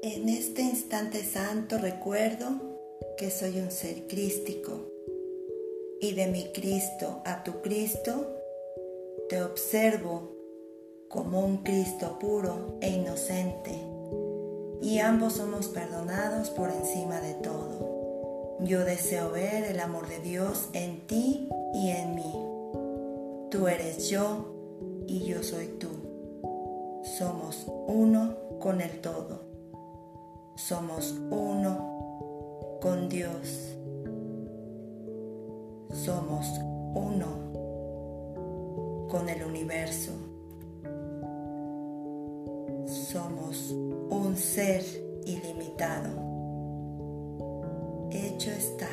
En este instante santo recuerdo que soy un ser crístico y de mi Cristo a tu Cristo te observo como un Cristo puro e inocente, y ambos somos perdonados por encima de todo. Yo deseo ver el amor de Dios en ti y en mí. Tú eres yo y yo soy tú. Somos uno con el todo. Somos uno con Dios. Somos uno con el universo. Somos un ser ilimitado. Hecho está.